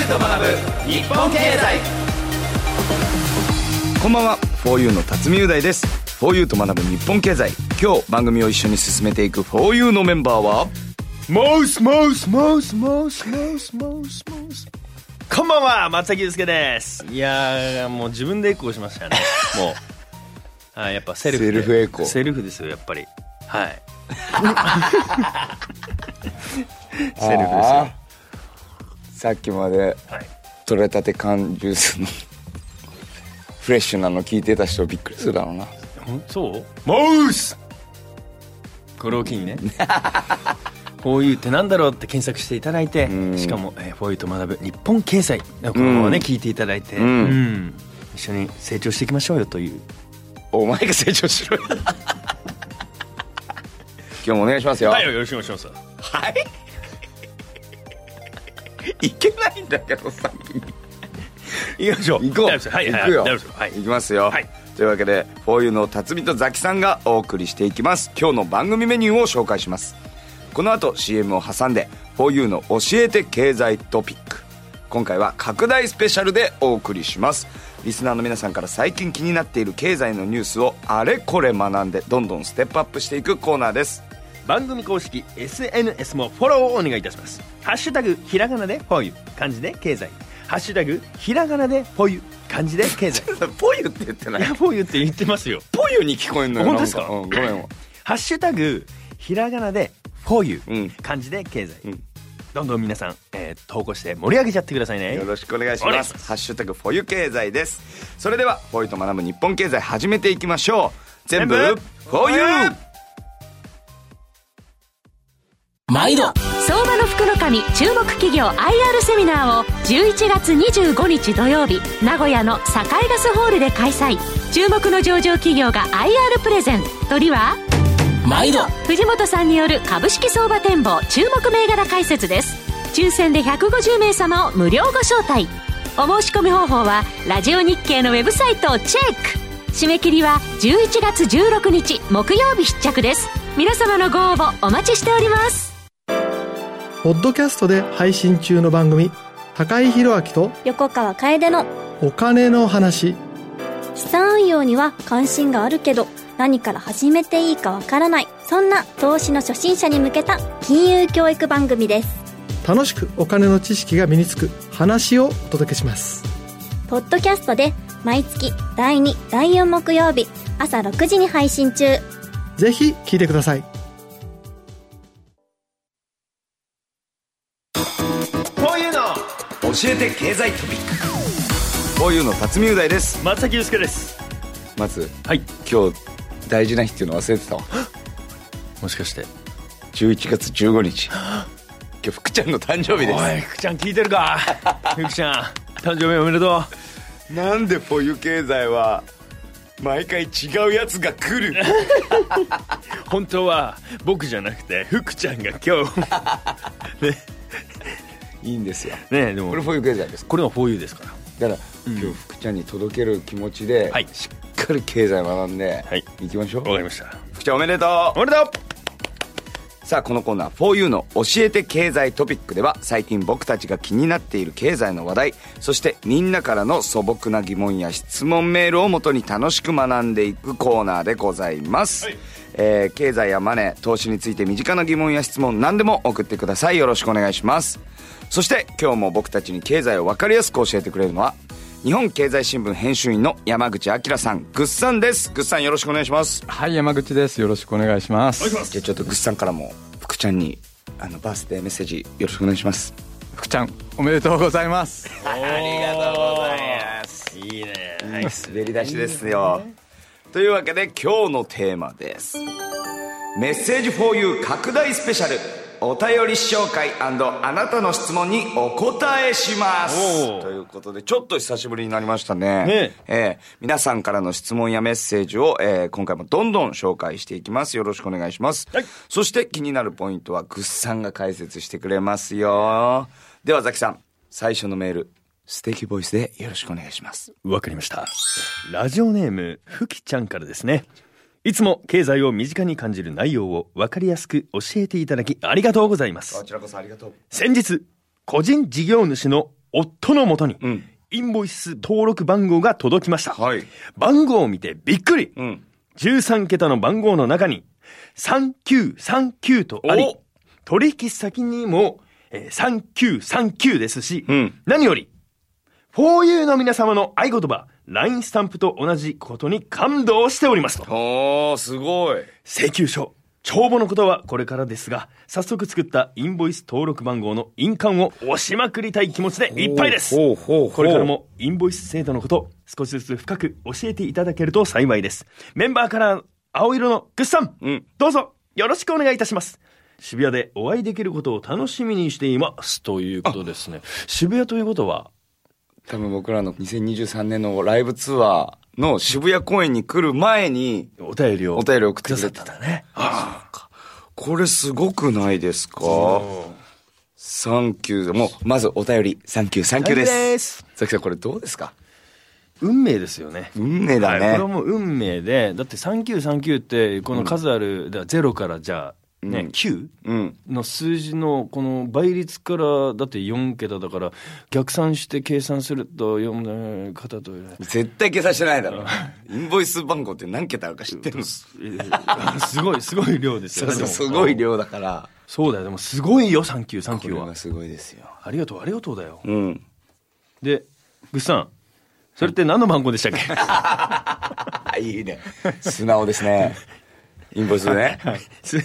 と学ぶ日本経済。 こんばんは、4U の辰巳雄大です。 4U と学ぶ日本経済。今日番組を一緒に進めていく 4U のメンバーはモースこんばんは、松崎祐介です。いやー、もう自分でエコーしましたよね。もうはい、やっぱセルフエコー、 セルフですよ、やっぱり。はいセルフですよ。 さっきまで、はい、取れたて缶ジュースのフレッシュなの聞いてた人びっくりするだろうな。 そうモース、これを機にね4U ってなんだろうって検索していただいて、しかも、4U と学ぶ日本経済のこのをね、聞いていただいて、一緒に成長していきましょうよという。 お前が成長しろよ今日もお願いしますよ。 はい、よろしくお願いします。 はいいけないんだけど先に行きましょう。 行こう。 はい、 行くよ。 はい、 行きますよ、はい、というわけで 4U の辰巳とザキさんがお送りしていきます。今日の番組メニューを紹介します。この後 CM を挟んで 4U の教えて経済トピック、今回は拡大スペシャルでお送りします。リスナーの皆さんから最近気になっている経済のニュースをあれこれ学んでどんどんステップアップしていくコーナーです。 番組公式 SNS もフォローをお願いいたします。ハッシュタグひらがなで 4U、 漢字で経済、ハッシュタグひらがなで 4U、 漢字で経済ポユって言ってない？ いや、4Uって言ってますよ。 ポユに聞こえんのよ。 本当ですか？ ごめん。 ハッシュタグひらがなで 4U、漢字で経済、どんどん皆さん、投稿して盛り上げちゃってくださいね。 よろしくお願いします。ハッシュタグ 4U 経済です。それでは 4U と学ぶ日本経済始めていきましょう。全部 4U。 毎度相場の福の神注目企業 IR セミナーを11月25日土曜日、名古屋の栄ガスホールで開催。注目の上場企業が IR プレゼン。鳥は毎度藤本さんによる株式相場展望注目銘柄解説です。抽選で150名様を無料ご招待。お申し込み方法はラジオ日経のウェブサイトをチェック。締め切りは11月16日木曜日必着です。皆様のご応募お待ちしております。 ポッドキャストで配信中の番組、高井宏明と横川楓のお金の話。 資産運用には関心があるけど何から始めていいかわからない、そんな投資の初心者に向けた金融教育番組です。 楽しくお金の知識が身につく話をお届けします。 ポッドキャストで毎月第2、第4木曜日朝6時に配信中。 ぜひ聞いてください。 教えて経済トピック。 4U の辰巳雄大です。 松崎祐介です。 まず、 はい、 今日大事な日っていうの忘れてたわ。 もしかして 11月15日今日福ちゃんの誕生日です。 おい、福ちゃん聞いてるか福ちゃん誕生日おめでとう。なんで 4U 経済は毎回違うやつが来る本当は僕じゃなくて福ちゃんが今日ね、 いいんですよね。でもこれ 4U 経済です。 これは 4U ですから。 だから、今日福ちゃんに届ける気持ちで、しっかり経済学んで、いきましょう。 わかりました。 福ちゃんおめでとう。おめでとう。さあ、このコーナー 4U の教えて経済トピックでは、最近僕たちが気になっている経済の話題、そしてみんなからの素朴な疑問や質問メールをもとに楽しく学んでいくコーナーでございます。経済やマネー、投資について身近な疑問や質問何でも送ってください。よろしくお願いします。そして今日も僕たちに経済を分かりやすく教えてくれるのは日本経済新聞編集員の山口明さん、ぐっさんです。ぐっさん、よろしくお願いします。 はい、山口です。よろしくお願いします。 じゃあちょっとぐっさんからも福ちゃんにバースデーメッセージよろしくお願いします。 福ちゃんおめでとうございます。 ありがとうございます。 いいね、 滑り出しですよ。というわけで今日のテーマです。メッセージ 4U 拡大スペシャル、お便り紹介&あなたの質問にお答えします。ということでちょっと久しぶりになりましたね。皆さんからの質問やメッセージを、今回もどんどん紹介していきます。よろしくお願いします。そして気になるポイントはぐっさんが解説してくれますよ。ではザキさん、最初のメール素敵ボイスでよろしくお願いします。 わかりました。ラジオネームふきちゃんからですね。いつも経済を身近に感じる内容を分かりやすく教えていただきありがとうございます。 こちらこそありがとう。 先日個人事業主の夫のもとに、 うんインボイス登録番号が届きました。 はい。 番号を見てびっくり。 うん。 13桁の番号の中に3939とあり、 お取引先にも、3939ですし、 うん何より 4U の皆様の合言葉 LINE スタンプと同じことに感動しておりますと。 おー、すごい。 請求書帳簿のことはこれからですが、早速作ったインボイス登録番号の印鑑を押しまくりたい気持ちでいっぱいです。 ほうほうほう。 これからもインボイス制度のこと少しずつ深く教えていただけると幸いです。メンバーカラー青色のグッさん、どうぞよろしくお願いいたします。渋谷でお会いできることを楽しみにしていますということですね。渋谷ということは多分僕らの2023年のライブツアーの渋谷公演に来る前にお便りを送ってくれてたね。 これすごくないですか？サンキュー。もうまずお便りサンキューサンキューです。佐々木さんこれどうですか？ 運命ですよね。 運命だね。 はい、これはもう運命で、だって3939ってこの数ある、0からじゃあね、9の数字のこの倍率からだって4桁だから逆算して計算すると4方と絶対計算してないだろ。インボイス番号って何桁あるか知ってるの？ すごい量ですよね。 そうすごい量だから。 そうだよ。でもすごいよ3939は。 これはすごいですよ。 ありがとうだよ。 うん。 でグッさんそれって何の番号でしたっけ？いいね。素直ですね。インボイスね。 はい。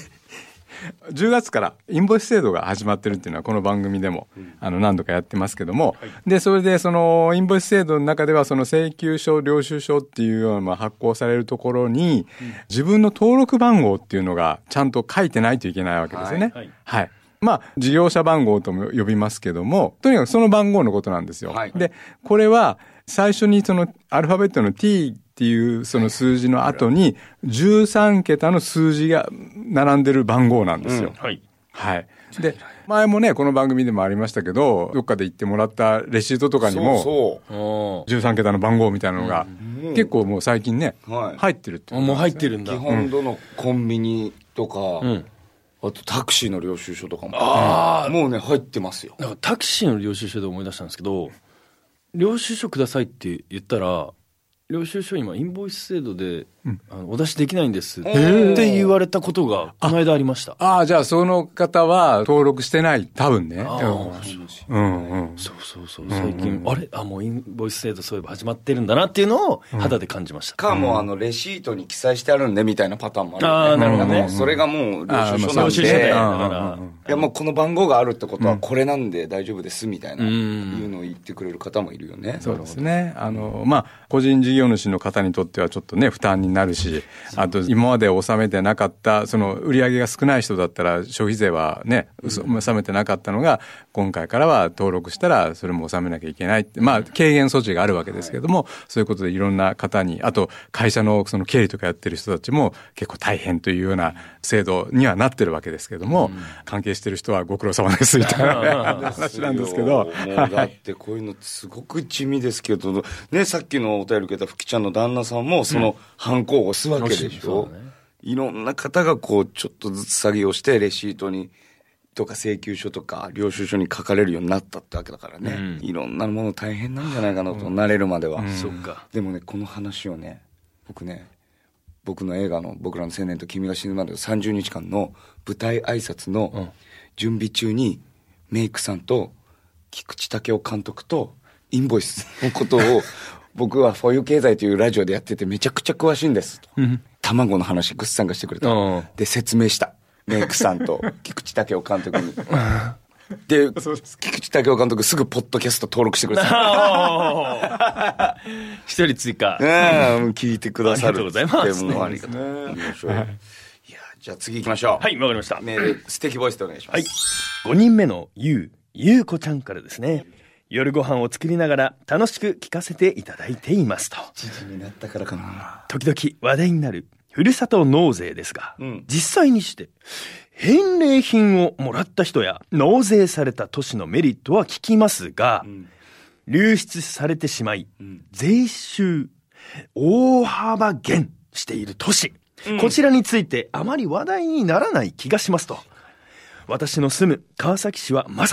10月からインボイス制度が始まってるっていうのはこの番組でも何度かやってますけども、でそれでそのインボイス制度の中ではその請求書領収書っていうような発行されるところに自分の登録番号っていうのがちゃんと書いてないといけないわけですよね。はい。まあ事業者番号とも呼びますけども、とにかくその番号のことなんですよ。でこれは最初にそのアルファベットの T っていうその数字の後に13桁の数字が並んでる番号なんですよ。はい。で、前もね、この番組でもありましたけど、どっかで言ってもらったレシートとかにも、13桁の番号みたいなのが、結構もう最近ね、入ってるって。 もう入ってるんだ。 基本どのコンビニとか、あとタクシーの領収書とかも、もうね、入ってますよ。 だからタクシーの領収書で思い出したんですけど、領収書くださいって言ったら、領収書今インボイス制度で、お出しできないんですって言われたことがこの間ありました。 じゃあその方は登録してない多分ね。 そう最近もうインボイス制度そういえば始まってるんだなっていうのを肌で感じました。 かもレシートに記載してあるんでみたいなパターンもあるよね。 なるほどね。 それがもう領収書なんで、いやもうこの番号があるってことはこれなんで大丈夫ですみたいないうのを言ってくれる方もいるよね。 そうですね。個人事業主の方にとってはちょっとね負担になるし、あと今まで納めてなかったその売り上げが少ない人だったら消費税はね納めてなかったのが今回からは登録したらそれも納めなきゃいけないって軽減措置があるわけですけども、そういうことでいろんな方に、あと会社のその経理とかやってる人たちも結構大変というような制度にはなってるわけですけども、関係してる人はご苦労様ですみたいな話なんですけど、 もうだってこういうのすごく地味ですけどね、さっきのお便り受けたふきちゃんの旦那さんもそのハンコを押すわけでしょ。いろんな方がこうちょっとずつ作業してレシートにとか請求書とか領収書に書かれるようになったってわけだからね、いろんなもの大変なんじゃないかなと、慣れるまでは。でもね、この話をね、僕の映画の僕らの青年と君が死ぬまでの30日間の舞台挨拶の準備中にメイクさんと菊池武雄監督とインボイスのことを僕はフォーユー経済というラジオでやっててめちゃくちゃ詳しいんですと、卵の話グッさんがしてくれた、で説明したメイクさんと菊池武雄監督にで菊池武雄監督すぐポッドキャスト登録してくれた一人追加、 聞いてくださる。 ありがとうございます。 ありがとう。いやじゃあ次行きましょう。 はい、わかりました。 メール素敵ボイスでお願いします。 5人目のゆうこちゃんからですね。夜ご飯を作りながら楽しく聞かせていただいていますと。 知事になったからかな。 時々話題になるふるさと納税ですが、実際にして返礼品をもらった人や納税された都市のメリットは聞きますが、流出されてしまい、税収大幅減している都市、こちらについてあまり話題にならない気がしますと。私の住む川崎市はまさに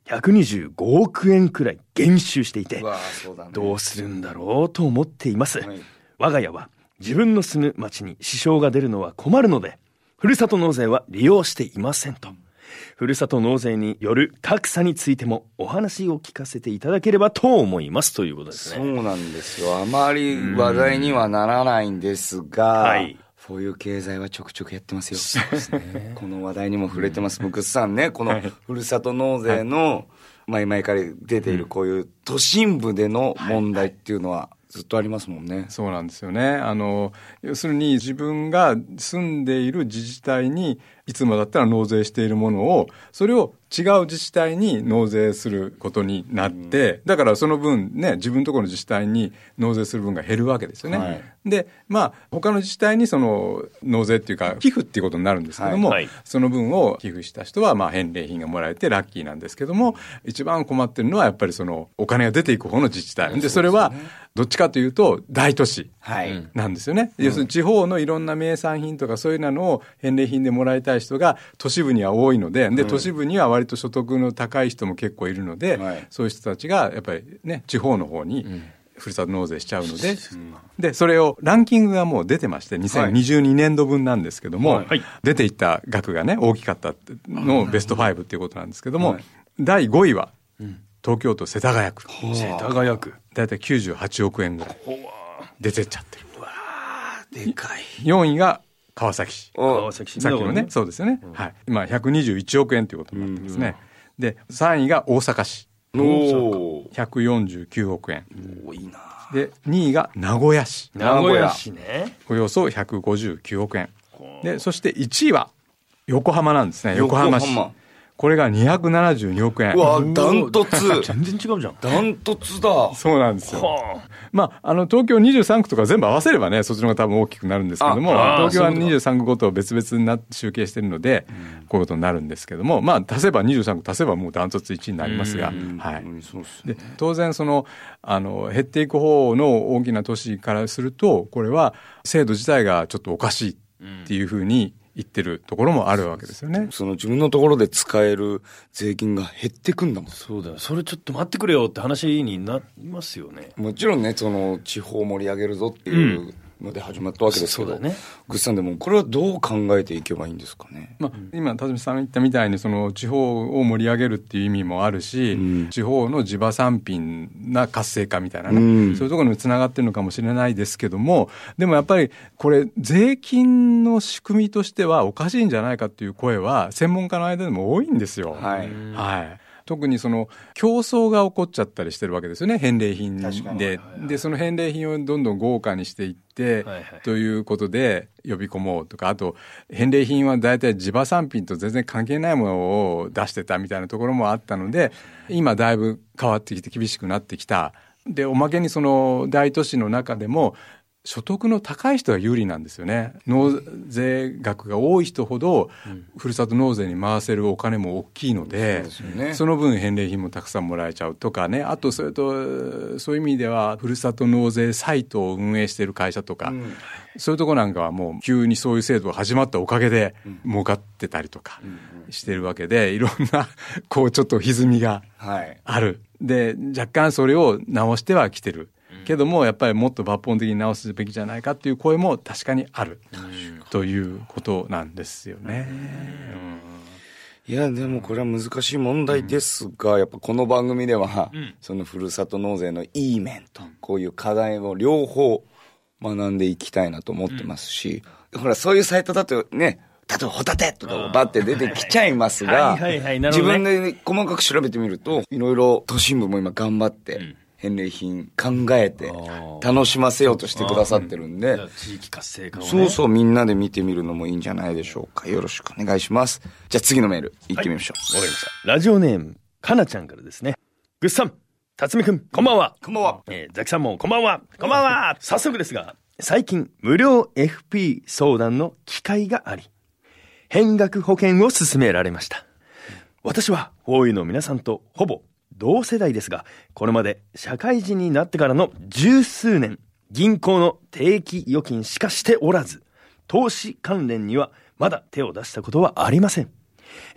125億円くらい減収していて、 そうだね、 どうするんだろうと思っています、 はい、 我が家は自分の住む町に支障が出るのは困るので、ふるさと納税は利用していませんと。ふるさと納税による格差についてもお話を聞かせていただければと思いますということですね。 そうなんですよ。あまり話題にはならないんですが、はい、こういう経済はちょくちょくやってますよ。そうですね。この話題にも触れてます。グッさんね、このふるさと納税の前々から出ているこういう都心部での問題っていうのはずっとありますもんね。 そうなんですよね。要するに自分が住んでいる自治体にいつもだったら納税しているものを、それを違う自治体に納税することになって、だからその分ね、自分のところの自治体に納税する分が減るわけですよね。はい、で、他の自治体にその納税っていうか寄付っていうことになるんですけども、はい、その分を寄付した人は返礼品がもらえてラッキーなんですけども、一番困ってるのはやっぱりそのお金が出ていく方の自治体で、それはどっちかというと大都市なんですよね。要するに地方のいろんな名産品とかそういうのを返礼品でもらいたい人が都市部には多いので、都市部には割と所得の高い人も結構いるので、そういう人たちがやっぱりね、地方の方にふるさと納税しちゃうので、でそれをランキングがもう出てまして、2022年度分なんですけども、出ていった額がね大きかったのベスト5っていうことなんですけども、第5位は東京都世田谷区。 世田谷区だいたい98億円ぐらい出てっちゃってる。 うわー、でかい。 4位が川崎市。 川崎市さっきのね、そうですよね。はい。今121億円ということになってますね。で、3位が大阪市。149億円。 多いな。 で、2位が名古屋市。 名古屋市ね。 およそ159億円。で、そして1位は横浜なんですね。横浜市。これが272億円。 うわ、ダントツ。 全然違うじゃん。 ダントツだ。 そうなんですよ。東京23区とか全部合わせればね、そっちの方が多分大きくなるんですけども、東京は23区ごと別々に集計してるので、こういうことになるんですけども、足せば23区足せばもうダントツ1位になりますが、はい。で、当然減っていく方の大きな都市からすると、これは制度自体がちょっとおかしいっていうふうに、言ってるところもあるわけですよね。 その自分のところで使える税金が減ってくんだもん。 そうだよ。それちょっと待ってくれよって話になりますよね。 もちろんね、その地方を盛り上げるぞっていうので始まったわけですけど、そうだね。グッさんでもこれはどう考えていけばいいんですかね。 今田島さんが言ったみたいにその地方を盛り上げるっていう意味もあるし、地方の地場産品な活性化みたいなね、そういうところにつながってるのかもしれないですけども、でもやっぱりこれ税金の仕組みとしてはおかしいんじゃないかっていう声は専門家の間でも多いんですよ。はい。はい。特にその競争が起こっちゃったりしてるわけですよね、返礼品で。で、その返礼品をどんどん豪華にしていって、ということで呼び込もうとか、あと返礼品は大体地場産品と全然関係ないものを出してたみたいなところもあったので、今だいぶ変わってきて厳しくなってきた。で、おまけにその大都市の中でも所得の高い人が有利なんですよね。納税額が多い人ほど、ふるさと納税に回せるお金も大きいので、その分返礼品もたくさんもらえちゃうとかね。あとそれとそういう意味ではふるさと納税サイトを運営している会社とか、そういうとこなんかはもう急にそういう制度が始まったおかげで儲かってたりとかしてるわけで、いろんなこうちょっと歪みがある。で、若干それを直してはきてる。けどもやっぱりもっと抜本的に直すべきじゃないかっていう声も確かにあるということなんですよね。 いやでもこれは難しい問題ですが、やっぱこの番組では、そのふるさと納税のいい面とこういう課題を両方学んでいきたいなと思ってますし、ほらそういうサイトだとね、例えばホタテとかバッて出てきちゃいますが、自分で細かく調べてみるといろいろ都心部も今頑張って、返礼品考えて楽しませようとしてくださってるんで、 地域活性化をね、 そうそうみんなで見てみるのもいいんじゃないでしょうか。よろしくお願いします。じゃあ次のメール行ってみましょう。 わかりました。ラジオネームかなちゃんからですね。ぐっさん、辰巳くん、こんばんは。 こんばんは。 ザキさんもこんばんは。こんばんは。早速ですが、最近無料 FP 相談の機会があり、変額保険を勧められました。私はフォーユの皆さんとほぼ同世代ですが、これまで社会人になってからの十数年、銀行の定期預金しかしておらず、投資関連にはまだ手を出したことはありません。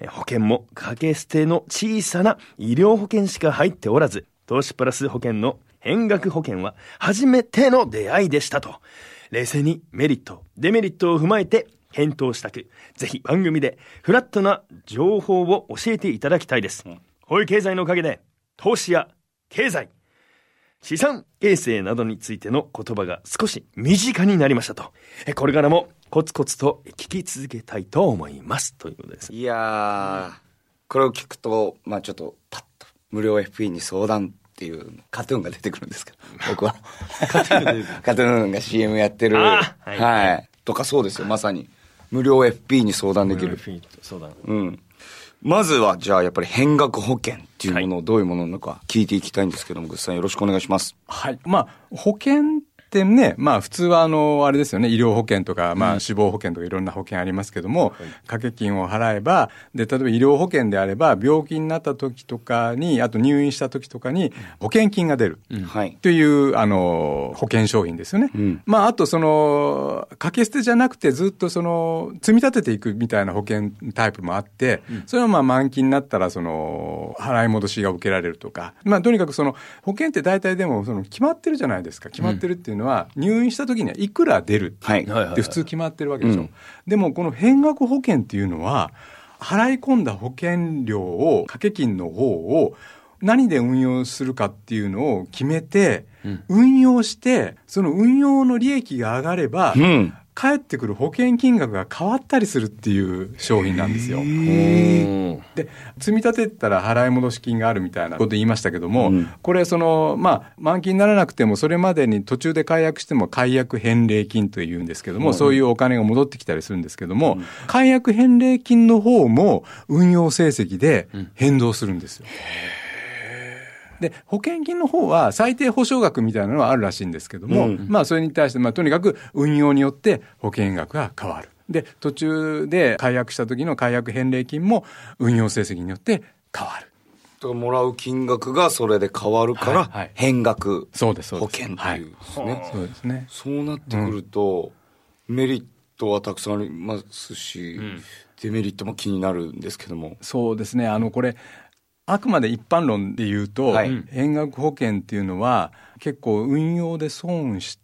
保険も掛け捨ての小さな医療保険しか入っておらず、投資プラス保険の変額保険は初めての出会いでしたと。冷静にメリット、デメリットを踏まえて検討したく、ぜひ番組でフラットな情報を教えていただきたいです。こういう経済のおかげで、投資や経済、資産形成などについての言葉が少し身近になりましたと。これからもコツコツと聞き続けたいと思いますということです。 いやー、これを聞くと、まあちょっとパッと無料 FP に相談っていうカトゥーンが出てくるんですけど、僕はカトゥーンが CM やってる、はい、とかそうですよ、まさに無料 FP に相談できる。 相談。 うん。まずはじゃあやっぱり変額保険っていうものをどういうものなのか聞いていきたいんですけども、ぐっさんよろしくお願いします。 はい。まあ保険ってね、まあ普通はあれですよね、医療保険とか、まあ死亡保険とかいろんな保険ありますけども、掛け金を払えば、で、例えば医療保険であれば、病気になった時とかに、あと入院した時とかに保険金が出る。という、保険商品ですよね。まああと掛け捨てじゃなくてずっと積み立てていくみたいな保険タイプもあって、それはまあ満期になったら払い戻しが受けられるとか、まあとにかく保険って大体でも決まってるじゃないですか。決まってるっていうのは、入院した時にはいくら出るって普通決まってるわけでしょ。でもこの変額保険っていうのは、払い込んだ保険料を、掛け金の方を何で運用するかっていうのを決めて、運用して、その運用の利益が上がれば、返ってくる保険金額が変わったりするっていう商品なんですよ。で、積み立てたら払い戻し金があるみたいなこと言いましたけども、これまあ、満期にならなくても、それまでに途中で解約しても解約返礼金というんですけども、そういうお金が戻ってきたりするんですけども、解約返礼金の方も運用成績で変動するんですよ。で、保険金の方は最低保証額みたいなのはあるらしいんですけども、まあそれに対して、まあとにかく運用によって保険額が変わる。で、途中で解約した時の解約返礼金も運用成績によって変わる。 もらう金額がそれで変わるから、変額保険っていうですね。 そうですね。 そうなってくると、メリットはたくさんありますし、デメリットも気になるんですけども。 そうですね。これ、あくまで一般論で言うと、変額保険っていうのは結構運用で損して、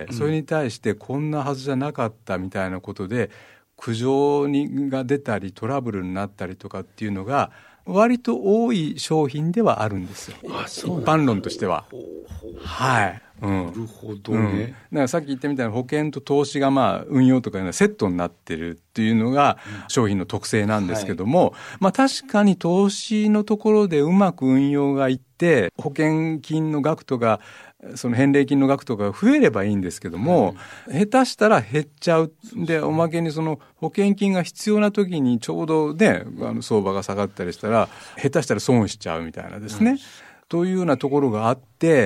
それに対してこんなはずじゃなかったみたいなことで苦情が出たりトラブルになったりとかっていうのが割と多い商品ではあるんですよ。一般論としては。はい。 なるほどね。 だからさっき言ったみたいな保険と投資がまあ運用とかいうのはセットになってるっていうのが商品の特性なんですけども、まあ確かに投資のところでうまく運用がいって保険金の額とかその返礼金の額とかが増えればいいんですけども、下手したら減っちゃう。で、おまけに保険金が必要な時にちょうどね、相場が下がったりしたら、下手したら損しちゃうみたいなですね。というようなところがあって、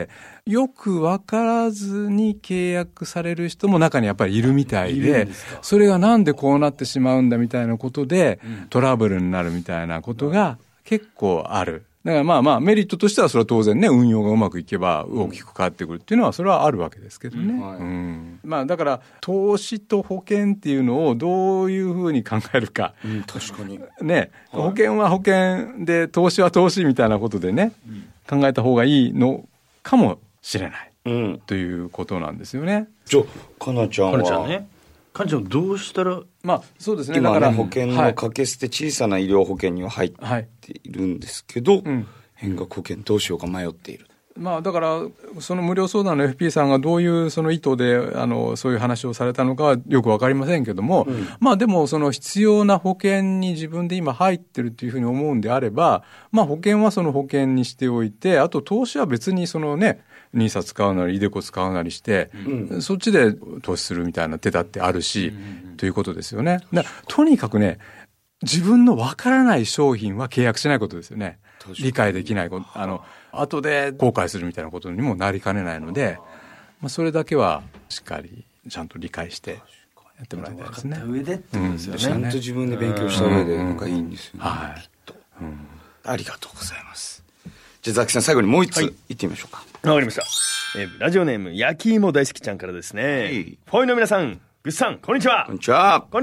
よくわからずに契約される人も中にやっぱりいるみたいで、それがなんでこうなってしまうんだみたいなことで、トラブルになるみたいなことが結構ある。だからまあまあメリットとしてはそれは当然ね、運用がうまくいけば大きく変わってくるっていうのはそれはあるわけですけどね。まあだから投資と保険っていうのをどういうふうに考えるか。 確かに。 ね、保険は保険で投資は投資みたいなことでね、考えた方がいいのかもしれない、ということなんですよね。 じゃあかなちゃんはかなちゃんどうしたら、 まあそうですね、 今ね、だから保険の掛け捨て小さな医療保険には入っているんですけど、変額保険どうしようか迷っている。 まあだからその無料相談の FP さんがどういうその意図でそういう話をされたのかはよくわかりませんけども、まあでもその必要な保険に自分で今入ってるというふうに思うんであれば、まあ保険はその保険にしておいて、あと投資は別にそのね、NISA 使うなりイデコ使うなりして、そっちで投資するみたいな手だってあるし、ということですよね。とにかくね、自分のわからない商品は契約しないことですよね。理解できないこと、後で後悔するみたいなことにもなりかねないので、まあ、それだけはしっかりちゃんと理解してやってもらいたいですね。 上でってことですよね。 ちゃんと自分で勉強した上でなんかいいんですよね。 はい。 きっと。ありがとうございます。じゃあザキさん最後にもう一つ言ってみましょうか。 わかりました。ラジオネーム焼き芋大好きちゃんからですね。フォイの皆さん、グッさん、こんにちは。 こんにちは。 こんにちは。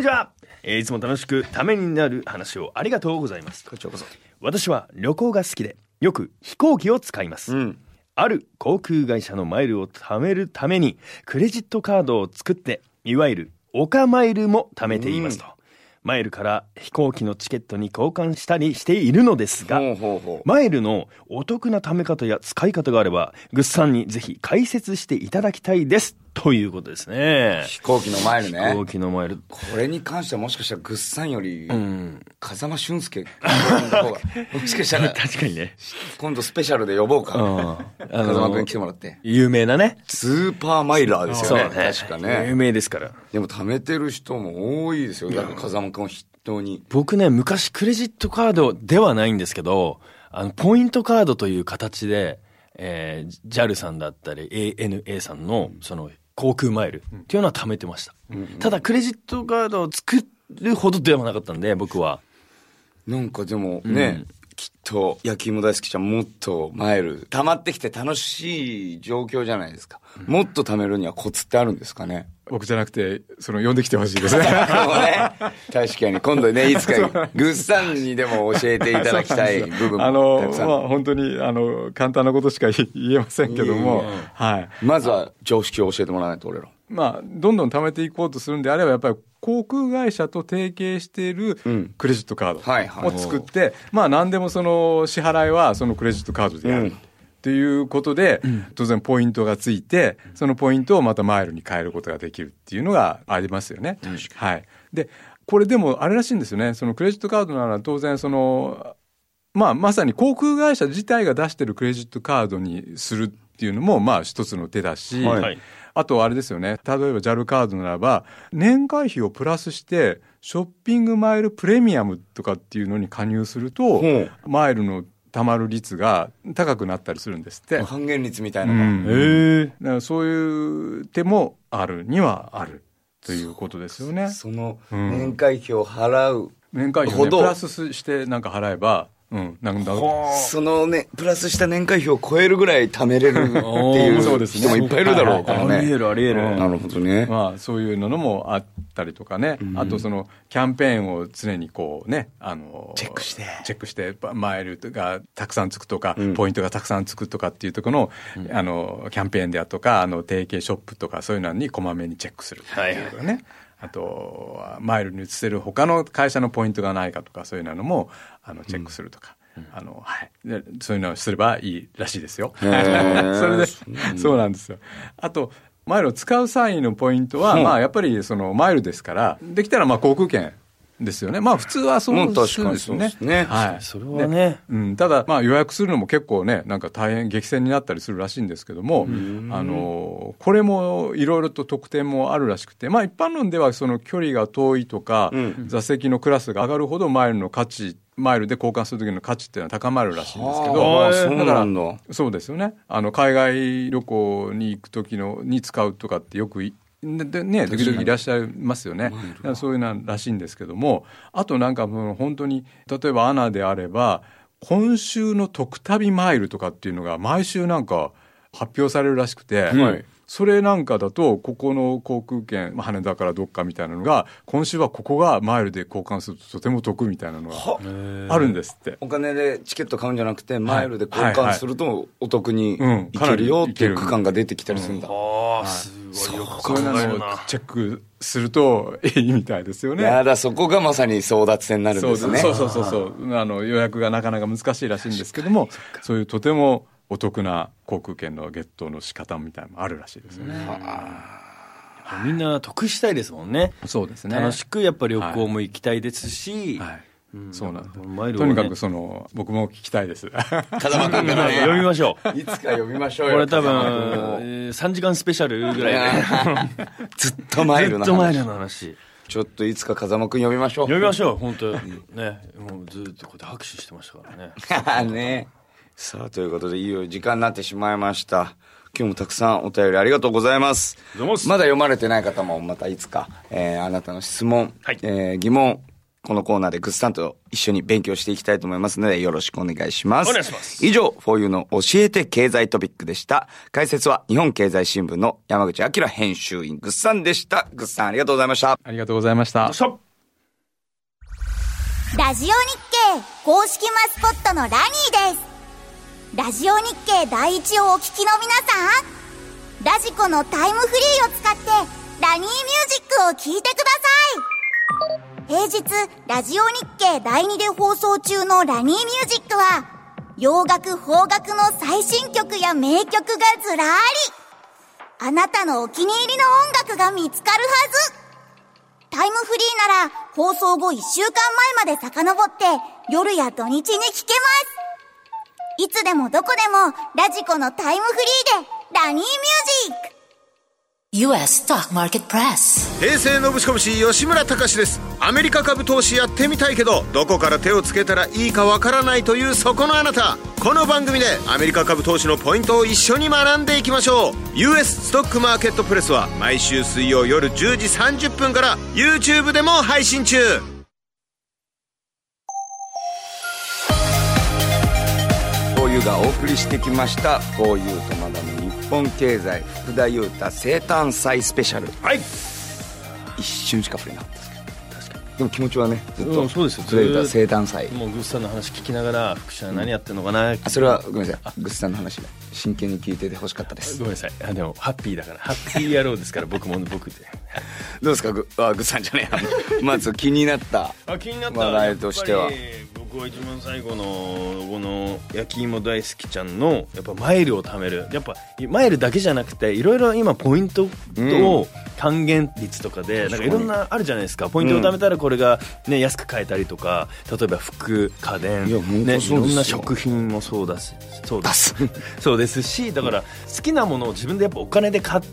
いつも楽しくためになる話をありがとうございます。 こちらこそ。 私は旅行が好きでよく飛行機を使います、ある航空会社のマイルを貯めるためにクレジットカードを作って、いわゆるオカマイルも貯めていますと、マイルから飛行機のチケットに交換したりしているのですが、マイルのお得な貯め方や使い方があればグッさんにぜひ解説していただきたいですということですね。 飛行機のマイルね。 飛行機のマイル、 これに関してはもしかしたらグッさんより、風間俊介の方がもしかしたら確かにね、 今度スペシャルで呼ぼうか、風間君来てもらって。 有名なねスーパーマイラーですよね。確かね、 有名ですから。 でも貯めてる人も多いですよ。だから風間君を筆頭に。 僕ね、昔クレジットカードではないんですけど、ポイントカードという形で、JAL さんだったり ANA さんのその航空マイルっていうのは貯めてました、ただクレジットカードを作るほどではなかったんで、僕は。 なんかでもね、きっと焼き芋大好きちゃんもっとマイル溜まってきて楽しい状況じゃないですか、もっと貯めるにはコツってあるんですかね。 僕じゃなくて呼んできてほしいですね。 確かに今度ね、いつかグッさんにでも教えていただきたい部分もたくさん。 本当に簡単なことしか言えませんけども、 まずは常識を教えてもらわないと俺ら。 どんどん貯めていこうとするんであれば、やっぱり航空会社と提携しているクレジットカードを作って、何でもその支払いはそのクレジットカードでやる。ということで、当然ポイントがついて、そのポイントをまたマイルに変えることができるっていうのがありますよね。で、これでもあれらしいんですよね。そのクレジットカードなら当然まさに航空会社自体が出してるクレジットカードにするっていうのも一つの手だし、あとあれですよね。例えば JAL カードならば年会費をプラスしてショッピングマイルプレミアムとかっていうのに加入すると、マイルの貯まる率が高くなったりするんですって。 還元率みたいなのが、 だからそういう手もあるにはあるということですよね。 その年会費を払う、 年会費を、プラスして払えば、 そのね、プラスした年会費を超えるぐらい貯めれるっていう人もいっぱいいるだろうからね。 ありえるありえる。 なるほどね。 そういうのもあったりとかね。あとキャンペーンを常にチェックしてマイルがたくさんつくとか、ポイントがたくさんつくとかっていうところの、キャンペーンであるとか、提携ショップとかそういうのにこまめにチェックするっていうかね。あとマイルに移せる他の会社のポイントがないかとか、そういうのもチェックするとか、でそういうのをすればいいらしいですよ。それでそうなんですよ。あとマイルを使う際のポイントは、やっぱりマイルですから、できたら航空券ですよね。普通はそうするんですよね。 それはね。 ただ予約するのも結構ね、大変激戦になったりするらしいんですけども、これもいろいろと特典もあるらしくて、一般論では距離が遠いとか、座席のクラスが上がるほどマイルの価値、マイルで交換する時の価値っていうのは高まるらしいんですけど、だからそうですよね。海外旅行に行く時に使うとかってよく時々いらっしゃいますよね。そういうのらしいんですけども、あと本当に例えばアナであれば今週の特旅マイルとかっていうのが毎週発表されるらしくて、それだとここの航空券、羽田からどっかみたいなのが今週はここがマイルで交換するととても得みたいなのがあるんですって。 お金でチケット買うんじゃなくてマイルで交換するとお得に行けるよっていう区間が出てきたりするんだ。 すごいよくそういうのをチェックするといいみたいですよね。 やだ、そこがまさに争奪戦になるんですね。 そう予約がなかなか難しいらしいんですけども、そういうとてもお得な航空券のゲットの仕方みたいなのもあるらしいですよね。 みんな得したいですもんね。 そうですね。 楽しくやっぱり旅行も行きたいですし、 そうなんです。とにかく僕も聞きたいです。 風間君から呼びましょう。いつか呼びましょうよ。 これ多分3時間スペシャルぐらいでずっとマイルの話。 ちょっといつか風間君呼びましょう。 呼びましょう。本当ね、もうずっとこうやって拍手してましたからね。 ね。さあ、ということでいよいよ時間になってしまいました。今日もたくさんお便りありがとうございます。まだ読まれてない方もまたいつか、あなたの質問、疑問、このコーナーでグッさんと一緒に勉強していきたいと思いますのでよろしくお願いします。 お願いします。 以上、フォーユーの教えて経済トピックでした。解説は日本経済新聞の山口明編集員グッさんでした。グッさんありがとうございました。 ありがとうございました。 ラジオ日経公式マスコットのラニーです。ラジオ日経第一をお聞きの皆さん、ラジコのタイムフリーを使ってラニーミュージックを聴いてください。平日ラジオ日経第2で放送中のラニーミュージックは洋楽邦楽の最新曲や名曲がずらーり。あなたのお気に入りの音楽が見つかるはず。タイムフリーなら放送後1週間前まで遡って夜や土日に聴けます。いつでもどこでもラジコのタイムフリーでラニーミュージック。 US Stock Market Press。 平成のぶしこぶし吉村隆です。アメリカ株投資やってみたいけどどこから手をつけたらいいかわからないというそこのあなた、この番組でアメリカ株投資のポイントを一緒に学んでいきましょう。 US ストックマーケットプレスは毎週水曜夜10時30分から YouTube でも配信中。 がお送りしてきました「フォーユーと学ぶ日本経済福田裕太生誕祭スペシャル」 はい、 一瞬しか触れなかったですけど、確かにでも気持ちはねずっとそうですよ。 福田裕太生誕祭、 もうグッさんの話聞きながら福ちゃん何やってんのかな、 それはごめんなさい、グッさんの話で真剣に聞いててほしかったです。 ごめんなさい。でもハッピーだから、ハッピー野郎ですから僕も僕でどうですかグッさんじゃねえまず気になった話題としては、 僕は一番最後のこの焼き芋大好きちゃんのやっぱマイルを貯める、やっぱマイルだけじゃなくていろいろ今ポイントと還元率とかでなんかいろんなあるじゃないですか。ポイントを貯めたらこれが、ね、安く買えたりとか、例えば服、家電、いろんな食品もそうですし、だから好きなものを自分でやっぱお金で買って、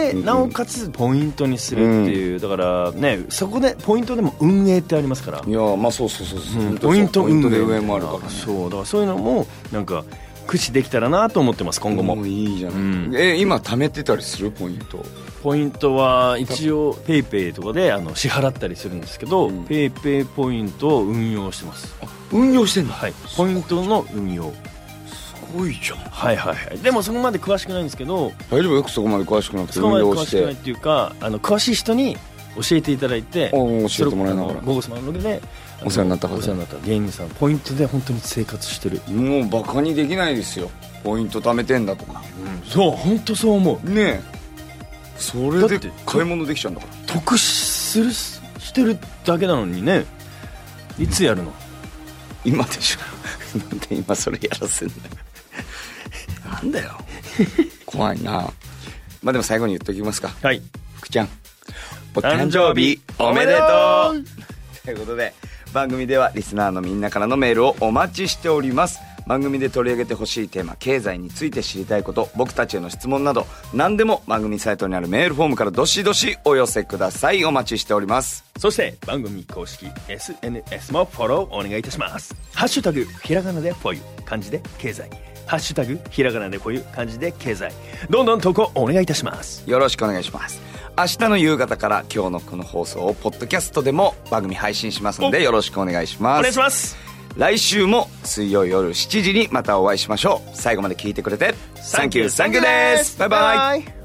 なおかつポイントにするっていう、だからね、そこでポイントでも運営ってありますから。 いやまあそう、 ポイント運営で運営もあるから、ね、 そうだからそういうのもなんか駆使できたらなと思ってます今後も。 いいじゃない、今貯めてたりするポイントは一応ペイペイとかで支払ったりするんですけど、ペイペイポイントを運用してます。 運用してんの？ はい、ポイントの運用。 すごいじゃん。 はいはいはい。でもそこまで詳しくないんですけど。 大丈夫？よくそこまで詳しくなくて運用して。そこまで詳しくないっていうか詳しい人に教えていただいて、 教えてもらいながらゴゴスマンのでお世話になった芸人さん、ポイントで本当に生活してる。 もうバカにできないですよ、ポイント貯めてんだとか、 そう本当そう思うねえ。それで買い物できちゃうんだから、 得してるだけなのにね。いつやるの？ 今でしょなんで今それやらせんだよなんだよ怖いな。まあでも最後に言っておきますか。 はい、 福ちゃんお誕生日おめでとうということで、番組ではリスナーのみんなからのメールをお待ちしております。番組で取り上げてほしいテーマ、経済について知りたいこと、僕たちへの質問など何でも番組サイトにあるメールフォームからどしどしお寄せください。お待ちしております。 そして番組公式 SNS もフォローお願いいたします。ハッシュタグひらがなでフォユ、漢字で経済、ハッシュタグひらがなでフォユ、漢字で経済、どんどん投稿お願いいたします。 よろしくお願いします。明日の夕方から今日のこの放送をポッドキャストでも番組配信しますのでよろしくお願いします。 お願いします。 来週も水曜夜7時にまたお会いしましょう。最後まで聞いてくれてサンキューです。バイバイ。